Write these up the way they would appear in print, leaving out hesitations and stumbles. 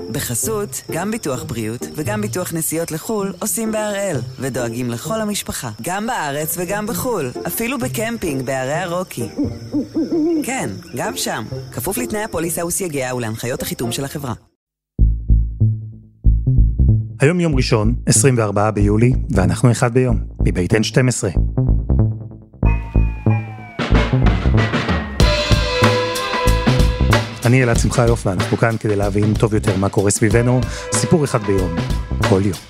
בחסות, גם ביטוח בריאות וגם ביטוח נסיעות לחול עושים בהראל, ודואגים לכל המשפחה, גם בארץ וגם בחול, אפילו בקמפינג בערי הרוקי. כן, גם שם, כפוף לתנאי הפוליסה וסייגיה ולהנחיות החיתום של החברה. היום יום ראשון, 24 ביולי, ואנחנו אחד ביום, מבית N12. אני אלעד שמחיוף, ואנחנו כאן כדי להבין טוב יותר מה קורה סביבנו, סיפור אחד ביום, כל יום.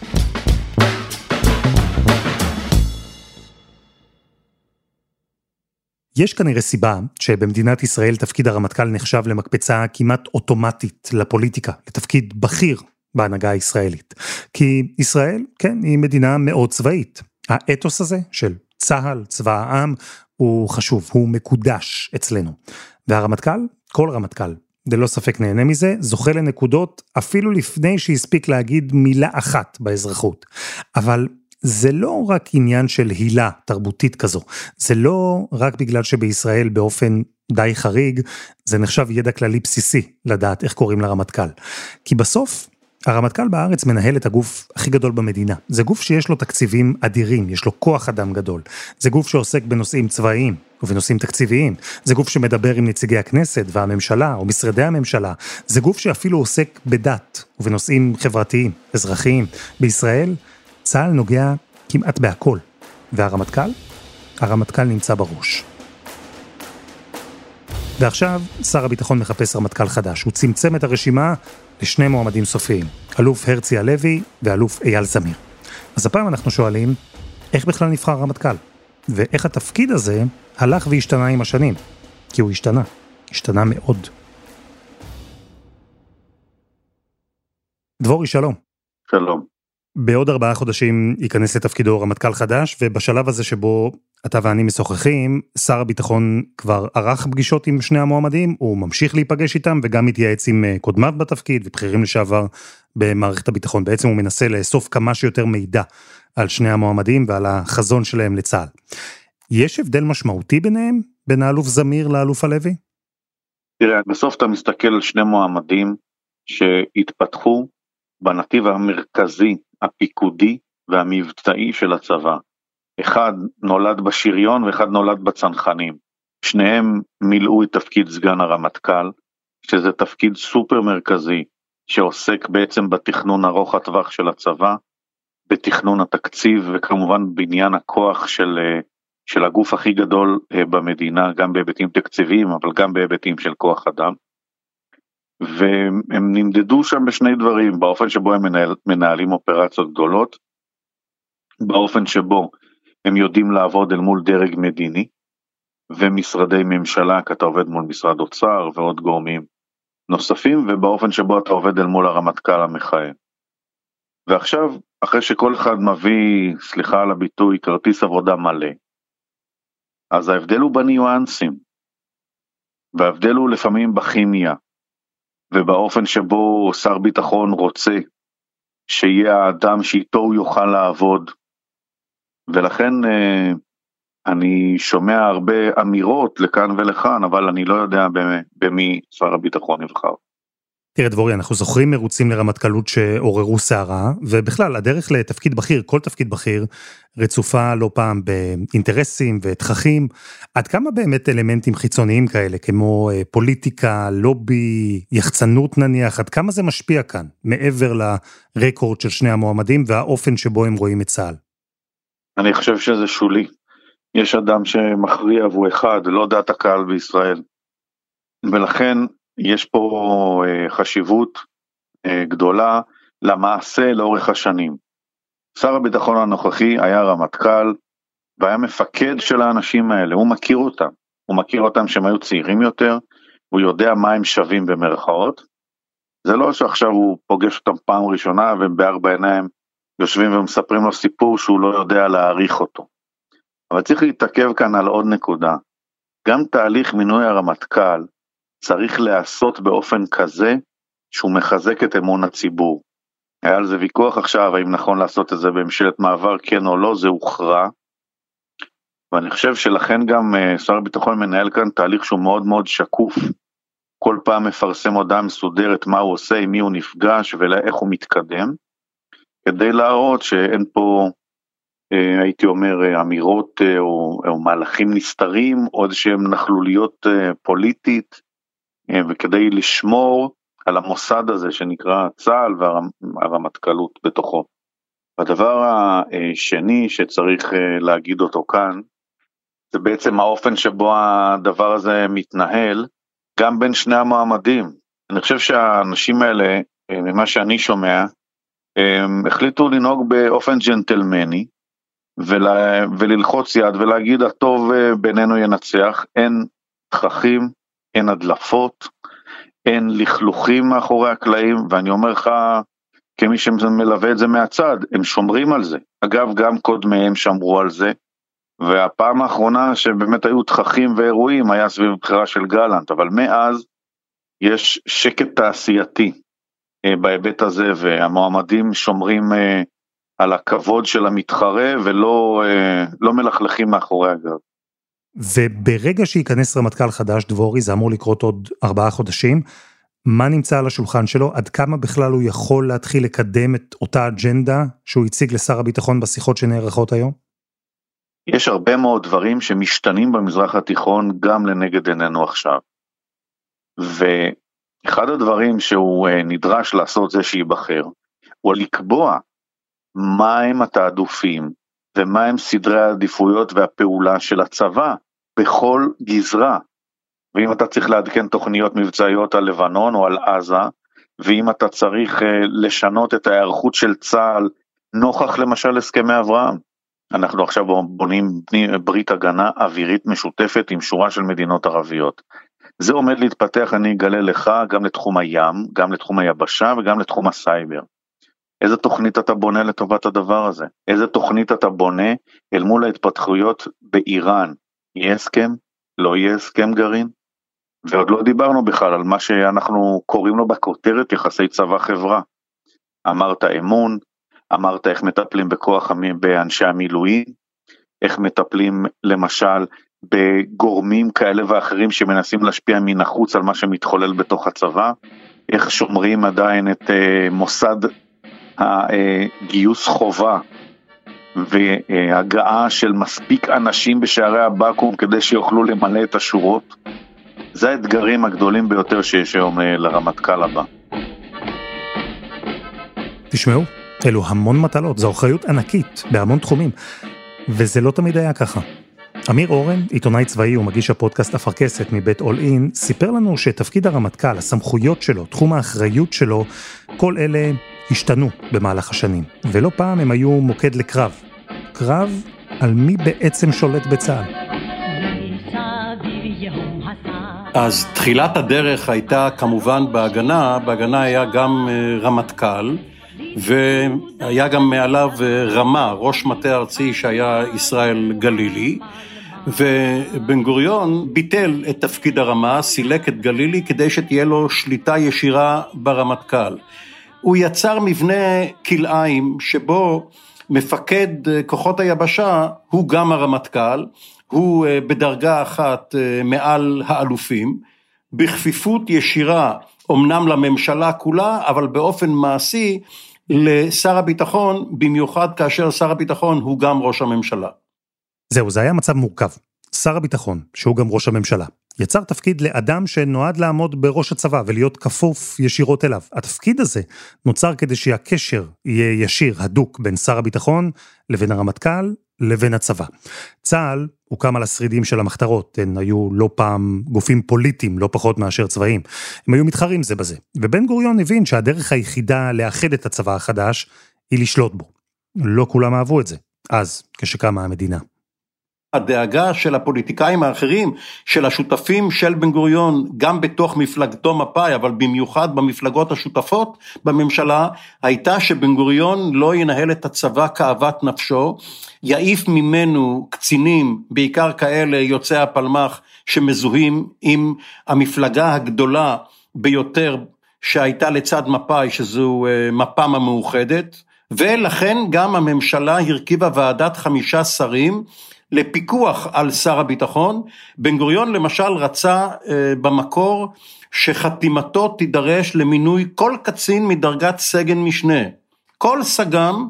יש כנראה סיבה שבמדינת ישראל תפקיד הרמטכ"ל נחשב למקפצה כמעט אוטומטית לפוליטיקה, לתפקיד בכיר בהנהגה הישראלית. כי ישראל, כן, היא מדינה מאוד צבאית. האתוס הזה של צה"ל, צבא העם, הוא חשוב, הוא מקודש אצלנו. והרמטכ"ל, כל רמטכ"ל, ללא ספק נהנה מזה, זוכה לנקודות אפילו לפני שהספיק להגיד מילה אחת באזרחות. אבל זה לא רק עניין של הילה תרבותית כזו, זה לא רק בגלל שבישראל באופן די חריג, זה נחשב ידע כללי בסיסי לדעת איך קוראים לרמטכ"ל. כי בסוף, הרמטכ"ל בארץ מנהל את הגוף הכי גדול במדינה. זה גוף שיש לו תקציבים אדירים, יש לו כוח אדם גדול. זה גוף שעוסק בנושאים צבאיים ובנושאים תקציביים. זה גוף שמדבר עם נציגי הכנסת והממשלה או משרדי הממשלה. זה גוף שאפילו עוסק בדת ובנושאים חברתיים, אזרחיים. בישראל, צה"ל נוגע כמעט בהכל. והרמטכ"ל? הרמטכ"ל נמצא בראש. ועכשיו שר הביטחון מחפש רמטכ"ל חדש. הוא צמצם את הרשימה לשני מועמדים סופיים, אלוף הרצי הלוי ואלוף אייל זמיר. אז הפעם אנחנו שואלים, איך בכלל נבחר רמטכ"ל? ואיך התפקיד הזה הלך והשתנה עם השנים? כי הוא השתנה מאוד. דבורי, שלום. שלום. בעוד 4 חודשים ייכנס לתפקידו רמטכ"ל חדש, ובשלב הזה שבו אתה ואני משוחחים, שר הביטחון כבר ערך פגישות עם שני המועמדים, הוא ממשיך להיפגש איתם, וגם מתייעץ עם קודמיו בתפקיד, ובכירים לשעבר במערכת הביטחון. בעצם הוא מנסה לאסוף כמה שיותר מידע על שני המועמדים, ועל החזון שלהם לצה"ל. יש הבדל משמעותי ביניהם, בין האלוף זמיר לאלוף הלוי? תראה, בסוף אתה מסתכל על שני מועמדים, שהתפתחו בנתיב המרכזי, הפיקודי והמבצעי של הצבא. אחד נולד בשריון ואחד נולד בצנחנים. שניהם מילאו את תפקיד סגן הרמטכ"ל, שזה תפקיד סופר מרכזי, שעוסק בעצם בתכנון ארוך הטווח של הצבא, בתכנון התקציב וכמובן בניין הכוח של הגוף הכי גדול במדינה, גם בהיבטים תקציביים, אבל גם בהיבטים של כוח אדם. והם נמדדו שם בשני דברים, באופן שבו הם מנהלים אופרציות גדולות, באופן שבו הם יודעים לעבוד אל מול דרג מדיני, ומשרדי ממשלה, כי אתה עובד מול משרד אוצר ועוד גורמים נוספים, ובאופן שבו אתה עובד אל מול הרמטכ"ל המכהן. ועכשיו, אחרי שכל אחד מביא, סליחה על הביטוי, כרטיס עבודה מלא, אז ההבדל הוא בניואנסים, וההבדל הוא לפעמים בכימיה, ובאופן שבו שר ביטחון רוצה שיהיה האדם שאיתו הוא יוכל לעבוד. ולכן אני שומע הרבה אמירות לכאן ולכאן, אבל אני לא יודע במי שר הביטחון יבחר. תראה דבורי, אנחנו זוכרים מרוצים לרמטכ"לות שעוררו שערה, ובכלל הדרך לתפקיד בכיר, כל תפקיד בכיר, רצופה לא פעם באינטרסים ותככים. עד כמה באמת אלמנטים חיצוניים כאלה, כמו פוליטיקה, לובי, יחצנות נניח, עד כמה זה משפיע כאן, מעבר לרקורד של שני המועמדים, והאופן שבו הם רואים את צה"ל? אני חושב שזה שולי. יש אדם שמכריע והוא אחד, לא דעת הקהל בישראל. ולכן יש פה חשיבות גדולה למעשה לאורך השנים. שר הביטחון הנוכחי היה רמטכ"ל, והיה מפקד של האנשים האלה, הוא מכיר אותם. הוא מכיר אותם שהם היו צעירים יותר, הוא יודע מה הם שווים במרכאות. זה לא שעכשיו הוא פוגש אותם פעם ראשונה, והם בארבע עיניים יושבים ומספרים לו סיפור שהוא לא יודע להעריך אותו. אבל צריך להתעכב כאן על עוד נקודה. גם תהליך מינוי הרמטכ"ל, צריך לעשות באופן כזה, שהוא מחזק את אמון הציבור. היה על זה ויכוח עכשיו, האם נכון לעשות את זה בממשלת מעבר, כן או לא, זה הוכרע. ואני חושב שלכן גם שר הביטחון מנהל כאן תהליך שהוא מאוד מאוד שקוף, כל פעם מפרסם הודעה מסודרת מה הוא עושה, עם מי הוא נפגש ואיך הוא מתקדם, כדי להראות שאין פה, הייתי אומר, אמירות או מהלכים נסתרים, או איזשהם נכלוליות פוליטית, וכדי לשמור על המוסד הזה שנקרא צה"ל והרמטכ"לות בתוכו. הדבר השני שצריך להגיד אותו כאן, זה בעצם האופן שבו הדבר הזה מתנהל, גם בין שני המועמדים. אני חושב שהאנשים האלה, ממה שאני שומע, החליטו לנהוג באופן ג'נטלמני, וללחוץ יד ולהגיד הטוב בינינו ינצח, אין תככים, אין הדלפות, אין לכלוכים מאחורי הקלעים, ואני אומר לך, כמי שמלווה את זה מהצד, הם שומרים על זה. אגב, גם קודמיהם שמרו על זה, והפעם האחרונה שבאמת היו תככים ואירועים, היה סביב בחירה של גלנט, אבל מאז יש שקט תעשייתי בהיבט הזה, והמועמדים שומרים על הכבוד של המתחרה, ולא מלכלכים מאחורי הגב. וברגע שייכנס רמטכ"ל חדש, דבורי, זה אמור לקרות עוד 4 חודשים, מה נמצא על השולחן שלו? עד כמה בכלל הוא יכול להתחיל לקדם את אותה אג'נדה שהוא הציג לשר הביטחון בשיחות שנערכות היום? יש הרבה מאוד דברים שמשתנים במזרח התיכון גם לנגד עינינו עכשיו. ואחד הדברים שהוא נדרש לעשות זה שיבחר, הוא לקבוע מהם התעדופים ומהם סדרי העדיפויות והפעולה של הצבא בכל גזרה. ואם אתה צריך לעדכן תוכניות מבצעיות על לבנון או על עזה, ואם אתה צריך לשנות את ההיערכות של צה"ל נוכח למשל הסכמי אברהם. אנחנו עכשיו בונים ברית הגנה אווירית משותפת עם שורה של מדינות ערביות. זה עומד להתפתח, אני אגלה לך, גם לתחום הים, גם לתחום היבשה וגם לתחום הסייבר. איזה תוכנית אתה בונה לטובת הדבר הזה? איזה תוכנית אתה בונה אל מול ההתפתחויות באיראן? יהיה הסכם? לא יהיה הסכם גרעין? ועוד לא דיברנו בכלל על מה שאנחנו קוראים לו בכותרת יחסי צבא חברה. אמרת אמון, אמרת איך מטפלים בכוח באנשי המילואים, איך מטפלים למשל בגורמים כאלה ואחרים שמנסים להשפיע מן החוץ על מה שמתחולל בתוך הצבא, איך שומרים עדיין את מוסד הגיוס חובה והגעה של מספיק אנשים בשערי הבקו"ם כדי שיוכלו למלא את השורות. זה האתגרים הגדולים ביותר שיש היום לרמטכ"ל הבא. תשמעו, אלו המון מטלות, זו אחריות ענקית בהמון תחומים, וזה לא תמיד היה ככה. אמיר אורן, עיתונאי צבאי ומגיש הפודקאסט אפרקסת מבית אול אין, סיפר לנו שתפקיד הרמטכ"ל, הסמכויות שלו, תחום האחריות שלו, כל אלה השתנו במהלך השנים, ולא פעם הם היו מוקד לקרב. קרב על מי בעצם שולט בצה"ל. אז תחילת הדרך הייתה כמובן בהגנה היה גם רמטכ"ל, והיה גם מעליו רמה, ראש מטה ארצי שהיה ישראל גלילי, ובן גוריון ביטל את תפקיד הרמה, סילק את גלילי כדי שתהיה לו שליטה ישירה ברמטכ"ל. הוא יצר מבנה כלאיים שבו מפקד כוחות היבשה הוא גם הרמטכ"ל, הוא בדרגה אחת מעל האלופים, בכפיפות ישירה אמנם לממשלה כולה, אבל באופן מעשי לשר הביטחון, במיוחד כאשר שר הביטחון הוא גם ראש הממשלה. זהו, זה היה מצב מורכב. שר הביטחון, שהוא גם ראש הממשלה, יצר תפקיד לאדם שנועד לעמוד בראש הצבא ולהיות כפוף ישירות אליו. התפקיד הזה נוצר כדי שהקשר יהיה ישיר, הדוק, בין שר הביטחון לבין הרמטכ"ל לבין הצבא. צה"ל הוקם על השרידים של המחתרות, הן היו לא פעם גופים פוליטיים, לא פחות מאשר צבאיים. הם היו מתחרים זה בזה. ובן גוריון הבין שהדרך היחידה לאחד את הצבא החדש היא לשלוט בו. לא כולם אהבו את זה, אז כשקמה המדינה. הדאגה של הפוליטיקאים האחרים, של השותפים של בן גוריון, גם בתוך מפלגתו מפא"י, אבל במיוחד במפלגות השותפות בממשלה, הייתה שבן גוריון לא ינהל את הצבא כאוות נפשו, יעיף ממנו קצינים, בעיקר כאלה יוצאי הפלמ"ח, שמזוהים עם המפלגה הגדולה ביותר שהייתה לצד מפא"י, שזו מפ"ם המאוחדת, ולכן גם הממשלה הרכיבה ועדת 5 שרים, לפיקוח על שר הביטחון. בן גוריון למשל רצה במקור שחתימתו תידרש למינוי כל קצין מדרגת סגן משנה. כל סג"ם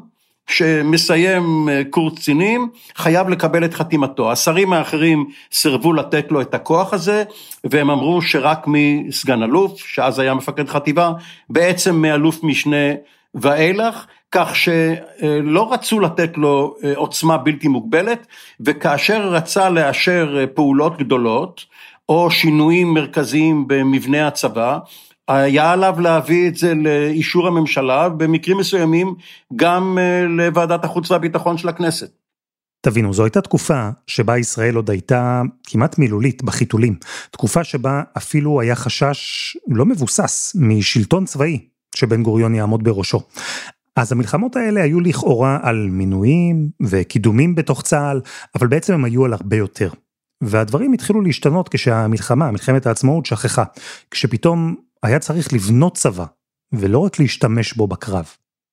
שמסיים קורס קצינים חייב לקבל את חתימתו. השרים האחרים סירבו לתת לו את הכוח הזה, והם אמרו שרק מסגן אלוף, שאז היה מפקד חטיבה, בעצם מאלוף משנה ואילך, כך שלא רצו לתת לו עוצמה בלתי מוגבלת, וכאשר רצה לאשר פעולות גדולות, או שינויים מרכזיים במבנה הצבא, היה עליו להביא את זה לאישור הממשלה, במקרים מסוימים גם לוועדת החוץ והביטחון של הכנסת. תבינו, זו הייתה תקופה שבה ישראל עוד הייתה כמעט מילולית בחיתולים, תקופה שבה אפילו היה חשש לא מבוסס משלטון צבאי שבן גוריון יעמוד בראשו. אז המלחמות האלה היו לכאורה על מינויים וקידומים בתוך צה"ל, אבל בעצם הם היו על הרבה יותר. והדברים התחילו להשתנות מלחמת העצמאות שכחה, כשפתאום היה צריך לבנות צבא, ולא רק להשתמש בו בקרב.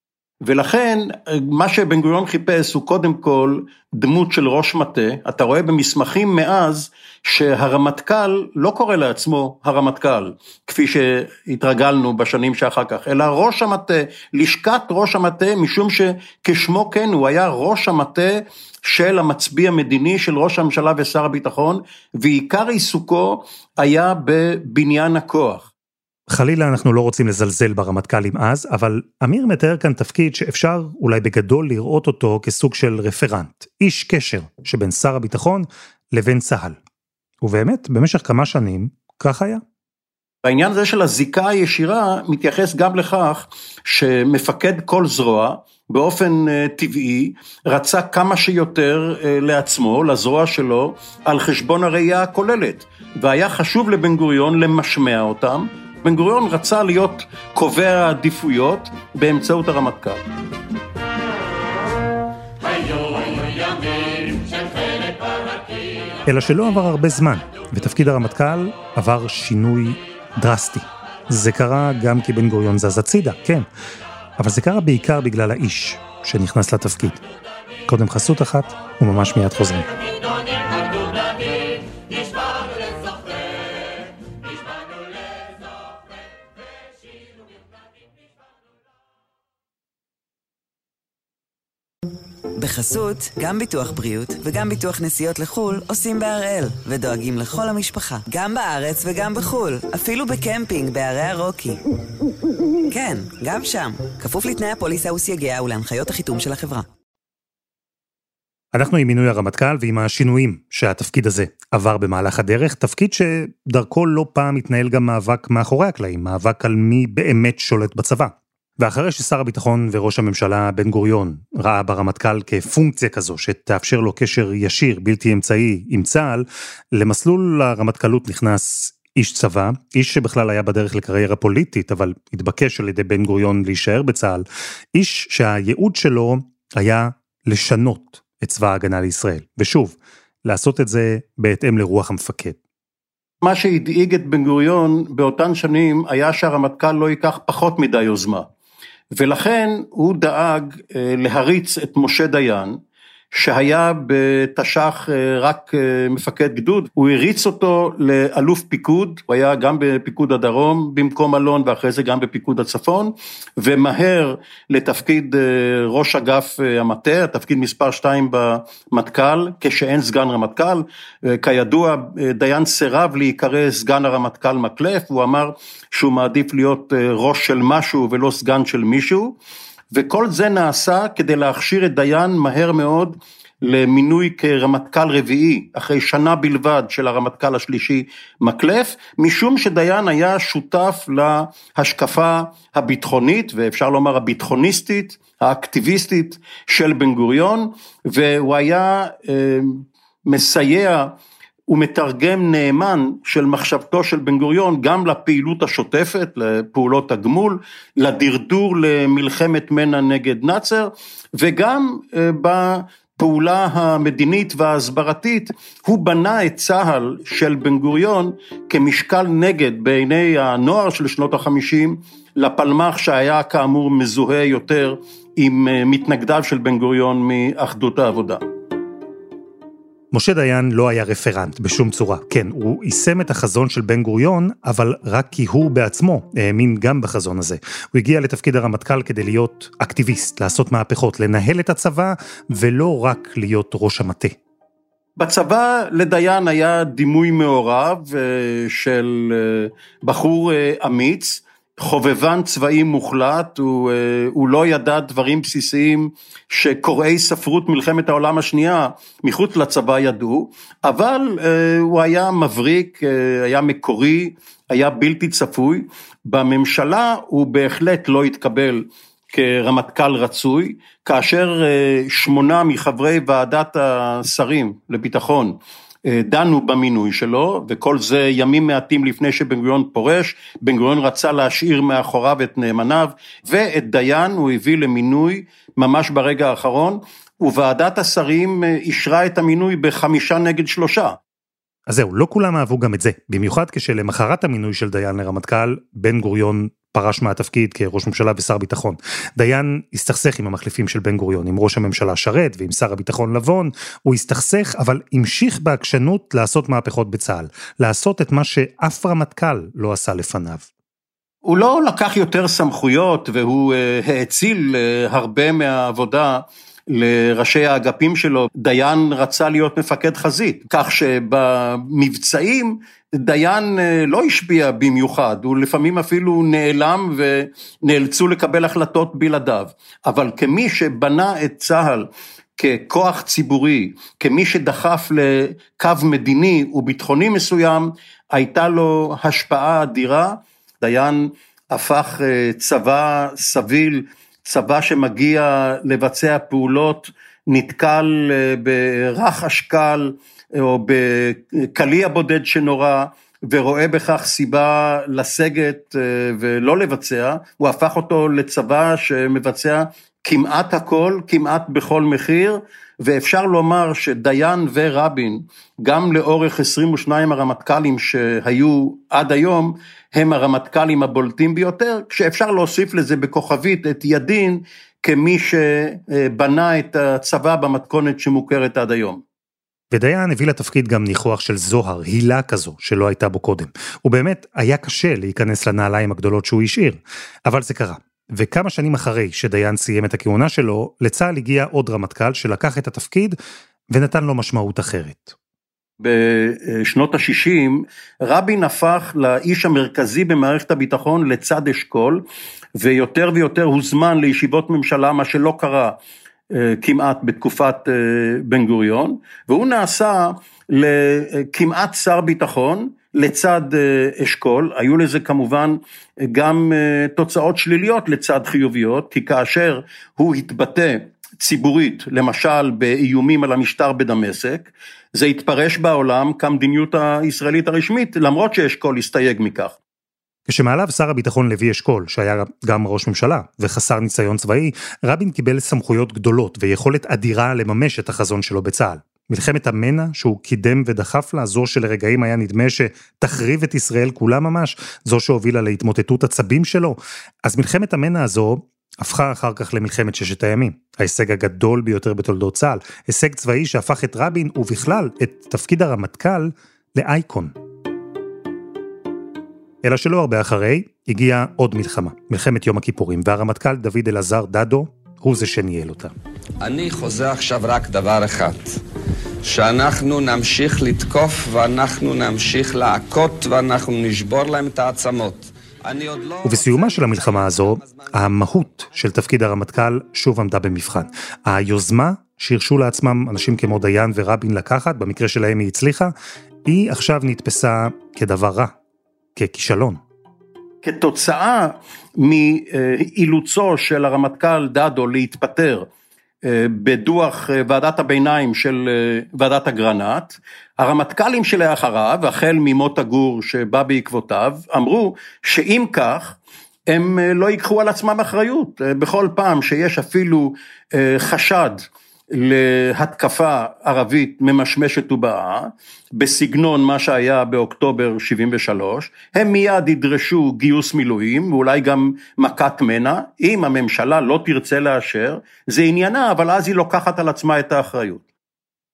ולכן, מה שבן גוריון חיפש הוא קודם כל דמות של ראש מטה. אתה רואה במסמכים מאז שהרמטכ"ל לא קורא לעצמו הרמטכ"ל, כפי שהתרגלנו בשנים שאחר כך, אלא ראש המטה, לשכת ראש המטה, משום שכשמו כן הוא היה ראש המטה של המצביא המדיני של ראש הממשלה ושר הביטחון, ועיקר עיסוקו היה בבניין הכוח. חלילה אנחנו לא רוצים לזלזל ברמטכ"לים אז, אבל אמיר מתאר כאן תפקיד שאפשר אולי בגדול לראות אותו כסוג של רפרנט, איש קשר שבין שר הביטחון לבין צה"ל. ובאמת, במשך כמה שנים, כך היה. העניין הזה של הזיקה הישירה מתייחס גם לכך שמפקד כל זרוע, באופן טבעי, רצה כמה שיותר לעצמו, לזרוע שלו, על חשבון הראייה הכוללת. והיה חשוב לבן גוריון למשמע אותם. בן גוריון רצה להיות קובע העדיפויות באמצעות הרמטכ"ל. אלא שלא עבר הרבה זמן, ותפקיד הרמטכ"ל עבר שינוי דרסטי. זה קרה גם כי בן גוריון זז הצידה, כן, אבל זה קרה בעיקר בגלל האיש שנכנס לתפקיד. קודם חסות אחת, וממש מיד חוזרים. בחסות, גם ביטוח בריאות וגם ביטוח נסיעות לחול עושים בהראל, ודואגים לכל המשפחה, גם בארץ וגם בחול, אפילו בקמפינג בערי הרוקי. כן, גם שם, כפוף לתנאי הפוליסה וסייגיה ולהנחיות החיתום של החברה. אנחנו עם מינוי הרמטכ"ל ועם השינויים שהתפקיד הזה עבר במהלך הדרך, תפקיד שדרכו לא פעם מתנהל גם מאבק מאחורי הקלעים, מאבק על מי באמת שולט בצבא. ואחרי ששר הביטחון וראש הממשלה בן גוריון ראה ברמטכ"ל כפונקציה כזו שתאפשר לו קשר ישיר בלתי אמצעי עם צה"ל, למסלול הרמטכ"לות נכנס איש צבא, איש שבכלל היה בדרך לקריירה פוליטית, אבל התבקש על ידי בן גוריון להישאר בצה"ל, איש שהייעוד שלו היה לשנות את צבא ההגנה לישראל, ושוב, לעשות את זה בהתאם לרוח המפקד. מה שהדאיג את בן גוריון באותן שנים היה שהרמטכ"ל לא ייקח פחות מדי יוזמה. ולכן הוא דאג להריץ את משה דיין, שהיה בתש"ח רק מפקד גדוד, הוא הריץ אותו לאלוף פיקוד, הוא היה גם בפיקוד הדרום במקום אלון, ואחרי זה גם בפיקוד הצפון, ומהר לתפקיד ראש אגף המטה, התפקיד מספר 2 במטכ"ל, כשאין סגן רמטכ"ל. כידוע, דיין סירב להיקרא סגן הרמטכ"ל מקלף, הוא אמר שהוא מעדיף להיות ראש של משהו ולא סגן של מישהו, וכל זה נעשה כדי להכשיר את דיין מהר מאוד למינוי כרמטכ"ל רביעי, אחרי שנה בלבד של הרמטכ"ל השלישי מקלף, משום שדיין היה שותף להשקפה הביטחונית, ואפשר לומר הביטחוניסטית, האקטיביסטית של בן גוריון, והוא היה מסייע ומתרגם נאמן של מחשבתו של בן גוריון, גם לפעילות השוטפת, לפעולות הגמול, לדרדור למלחמת מנע נגד נאצר, וגם בפעולה המדינית וההסברתית, הוא בנה את צה"ל של בן גוריון, כמשקל נגד בעיני הנוער של שנות ה-50, לפלמ"ח שהיה כאמור מזוהה יותר עם מתנגדיו של בן גוריון מאחדות העבודה. משה דיין לא היה רפרנט בשום צורה. כן, הוא יישם את החזון של בן גוריון, אבל רק כי הוא בעצמו האמין גם בחזון הזה. הוא הגיע לתפקיד הרמטכ"ל כדי להיות אקטיביסט, לעשות מהפכות, לנהל את הצבא, ולא רק להיות ראש המטה. בצבא לדיין היה דימוי מעורב של בחור אמיץ, חובבן צבאי מוחלט, הוא לא ידע דברים בסיסיים שקוראי ספרות מלחמת העולם השנייה מחוץ לצבא ידעו, אבל הוא היה מבריק, היה מקורי, היה בלתי צפוי. בממשלה הוא בהחלט לא התקבל כרמטכ"ל רצוי, כאשר 8 מחברי ועדת השרים לביטחון דנו במינוי שלו, וכל זה ימים מעטים לפני שבן גוריון פורש. בן גוריון רצה להשאיר מאחוריו את נאמניו, ואת דיין הוא הביא למינוי ממש ברגע האחרון, וועדת השרים אישרה את המינוי ב5-3. אז זהו, לא כולם אהבו גם את זה, במיוחד כשלמחרת המינוי של דיין לרמטכ"ל, בן גוריון פרש מהתפקיד כראש ממשלה ושר ביטחון. דיין הסתכסך עם המחליפים של בן גוריון, עם ראש הממשלה שרת ועם שר הביטחון לבון, הוא הסתכסך אבל המשיך בעקשנות לעשות מהפכות בצה"ל, לעשות את מה שאף רמטכ"ל לא עשה לפניו. הוא לא לקח יותר סמכויות, והוא האציל הרבה מהעבודה לראשי האגפים שלו. דיין רצה להיות מפקד חזית, כך שבמבצעים דיין לא השפיע במיוחד, הוא לפעמים אפילו נעלם ונאלצו לקבל החלטות בלעדיו, אבל כמי שבנה את צה"ל ככוח ציבורי, כמי שדחף לקו מדיני וביטחוני מסוים, הייתה לו השפעה אדירה. דיין הפך צבא סביל, צבא שמגיע לבצע פעולות, נתקל ברח אשקל או בקלי הבודד שנורא, ורואה בכך סיבה לסגת ולא לבצע. הוא הפך אותו לצבא שמבצע כמעט הכל, כמעט בכל מחיר, ואפשר לומר שדיין ורבין, גם לאורך 22 הרמטכ"לים שהיו עד היום, הם הרמטכ"לים הבולטים ביותר, כשאפשר להוסיף לזה בכוכבית את ידין, כמי שבנה את הצבא במתכונת שמוכרת עד היום. ודיין הביא לתפקיד גם ניחוח של זוהר, הילה כזו, שלא הייתה בו קודם. הוא באמת היה קשה להיכנס לנעליים הגדולות שהוא השאיר, אבל זה קרה. וכמה שנים אחרי שדיין סיים את הכהונה שלו, לצה"ל הגיע עוד רמטכ"ל שלקח את התפקיד ונתן לו משמעות אחרת. בשנות ה-60, רבין הפך לאיש המרכזי במערכת הביטחון לצד אשכול, ויותר ויותר הוזמן לישיבות ממשלה, מה שלא קרה כמעט בתקופת בן גוריון, והוא נעשה לכמעט שר ביטחון, לצד אשכול. היו לזה כמובן גם תוצאות שליליות לצד חיוביות, כי כאשר הוא התבטא ציבורית, למשל באיומים על המשטר בדמשק, זה התפרש בעולם כמדיניות הישראלית הרשמית, למרות שאשכול הסתייג מכך. כשמעליו שר הביטחון לוי אשכול, שהיה גם ראש ממשלה וחסר ניסיון צבאי, רבין קיבל סמכויות גדולות ויכולת אדירה לממש את החזון שלו בצה"ל. מלחמת המנע שהוא קידם ודחף לה, זו שלרגעים היה נדמה שתחריב את ישראל כולה ממש, זו שהובילה להתמוטטות עצבים שלו. אז מלחמת המנע הזו הפכה אחר כך למלחמת ששת הימים, ההישג הגדול ביותר בתולדות צה"ל, הישג צבאי שהפך את רבין ובכלל את תפקיד הרמטכ"ל לאייקון. אלא שלא הרבה אחרי הגיעה עוד מלחמה, מלחמת יום הכיפורים, והרמטכ"ל דוד אלעזר דדו הוא זה שניהל אותה. אני חוזר עכשיו רק דבר אחד, שאנחנו נמשיך לתקוף ואנחנו נמשיך לעקות ואנחנו נשבור להם את העצמות. ובסיומה של המלחמה הזו, המהות של תפקיד הרמטכ"ל שוב עמדה במבחן. היוזמה שהרשו לעצמם אנשים כמו דיין ורבין לקחת, במקרה שלהם היא הצליחה, היא עכשיו נתפסה כדבר רע, ככישלון. כתוצאה מאילוצו של הרמטכ"ל דדו להתפטר בדוח ועדת הביניים של ועדת אגרנט, הרמטכ"לים שלאחריו, החל ממוטה גור שבא בעקבותיו, אמרו שאם כך, הם לא ייקחו על עצמם אחריות. בכל פעם שיש אפילו חשד להתקפה ערבית ממשמשת ובאה, בסגנון מה שהיה באוקטובר 73, הם מיד ידרשו גיוס מילואים, ואולי גם מכת מנע. אם הממשלה לא תרצה לאשר, זה עניינה, אבל אז היא לוקחת על עצמה את האחריות.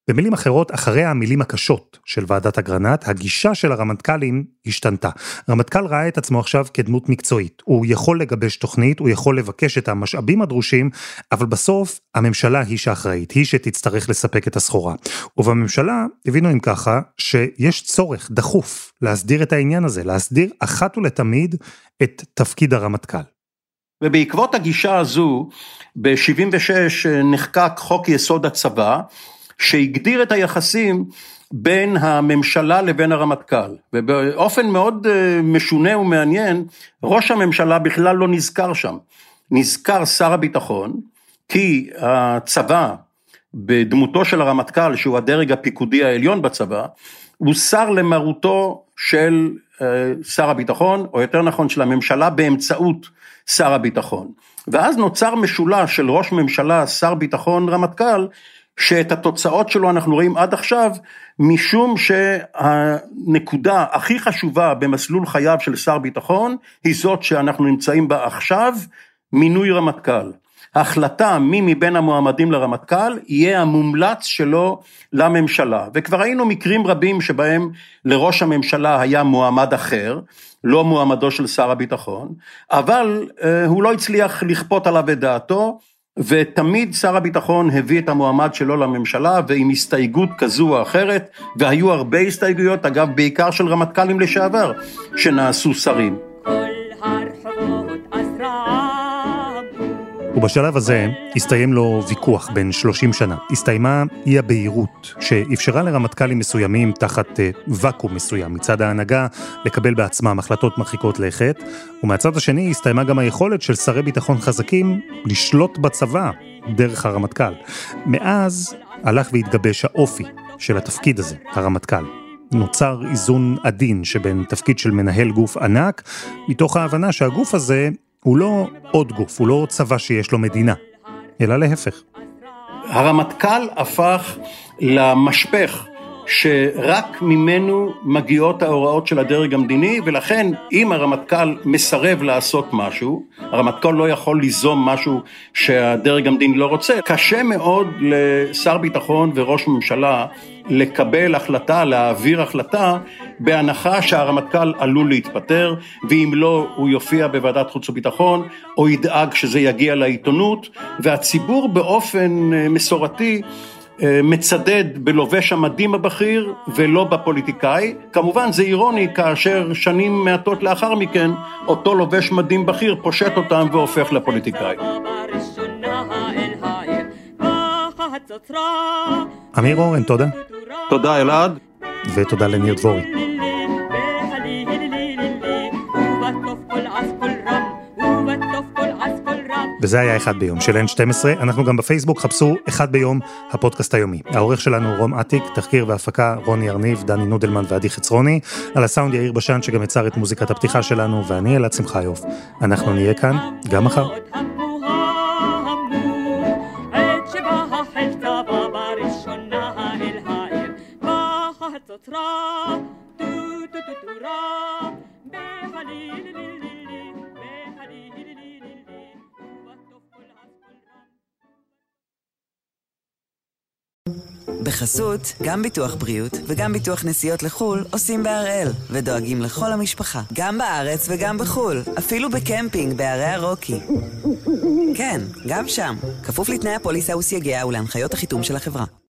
במילים אחרות, אחרי המילים הקשות של ועדת אגרנט, הגישה של הרמטכ"לים השתנתה. הרמטכ"ל ראה את עצמו עכשיו כדמות מקצועית. הוא יכול לגבש תוכנית, הוא יכול לבקש את המשאבים הדרושים, אבל בסוף הממשלה היא שאחראית, היא שתצטרך לספק את הסחורה. ובממשלה הבינו אם ככה שיש צורך דחוף להסדיר את העניין הזה, להסדיר אחת ולתמיד את תפקיד הרמטכ"ל. ובעקבות הגישה הזו, ב-76 נחקק חוק יסוד הצבא, שהגדיר את היחסים בין הממשלה לבין הרמטכ"ל, ובאופן מאוד משונה ומעניין, ראש הממשלה בכלל לא נזכר שם, נזכר שר הביטחון, כי הצבא, בדמותו של הרמטכ"ל, שהוא הדרג הפיקודי העליון בצבא, הוא שר למרותו של שר הביטחון, או יותר נכון של הממשלה, באמצעות שר הביטחון. ואז נוצר משולש של ראש ממשלה, שר ביטחון, רמטכ"ל, שאת התוצאות שלו אנחנו רואים עד עכשיו, משום שהנקודה הכי חשובה במסלול חייו של שר ביטחון, היא זאת שאנחנו נמצאים בה עכשיו, מינוי רמטכ"ל. ההחלטה מי מבין המועמדים לרמטכ"ל, יהיה המומלץ שלו לממשלה. וכבר היינו מקרים רבים שבהם לראש הממשלה היה מועמד אחר, לא מועמדו של שר הביטחון, אבל הוא לא הצליח לכפות עליו את דעתו, ותמיד שר הביטחון הביא את המועמד שלו לממשלה, ועם הסתייגות כזו או אחרת, והיו הרבה הסתייגויות, אגב בעיקר של רמטכ"לים לשעבר, שנעשו שרים. ובשלב הזה הסתיים לו ויכוח בין 30 שנה. הסתיימה אי הבהירות שאפשרה לרמטכ"לים מסוימים תחת וקום מסוים מצד ההנהגה לקבל בעצמם החלטות מרחיקות לכת, ומהצד השני הסתיימה גם היכולת של שרי ביטחון חזקים לשלוט בצבא דרך הרמטכ"ל. מאז הלך והתגבש האופי של התפקיד הזה, הרמטכ"ל. נוצר איזון עדין שבין תפקיד של מנהל גוף ענק, מתוך ההבנה שהגוף הזה הוא לא עוד גוף, הוא לא צבא שיש לו מדינה, אלא להפך. הרמטכ"ל הפך למשפך שרק ממנו מגיעות ההוראות של הדרג המדיני, ולכן אם הרמטכ"ל מסרב לעשות משהו, הרמטכ"ל לא יכול ליזום משהו שהדרג המדיני לא רוצה. קשה מאוד לשר ביטחון וראש ממשלה לקבל החלטה, להעביר החלטה, בהנחה שהרמטכ"ל עלול להתפטר, ואם לא הוא יופיע בוועדת חוץ וביטחון, או ידאג שזה יגיע לעיתונות, והציבור באופן מסורתי מצדד בלובש המדים הבכיר ולא בפוליטיקאי. כמובן זה אירוני כאשר שנים מעטות לאחר מכן אותו לובש מדים בכיר פושט אותם והופך לפוליטיקאי. אמיר אורן, תודה. תודה אלעד. ותודה לניר דבורי. וזה היה אחד ביום של N12, אנחנו גם בפייסבוק, חפשו אחד ביום הפודקאסט היומי. העורך שלנו רום עתיק, תחקיר והפקה רוני ארניב, דני נודלמן ועדי חצרוני, על הסאונד יאיר בשן שגם יצר את מוזיקת הפתיחה שלנו, ואני אלעד שמחיוף. אנחנו נהיה כאן גם מחר. בחסות, גם ביטוח בריאות וגם ביטוח נסיעות לחול עושים בהראל ודואגים לכל המשפחה, גם בארץ וגם בחול, אפילו בקמפינג בערי הרוקי. כן, גם שם, כפוף לתנאי הפוליסה וסייגיה ולהנחיות החיתום של החברה.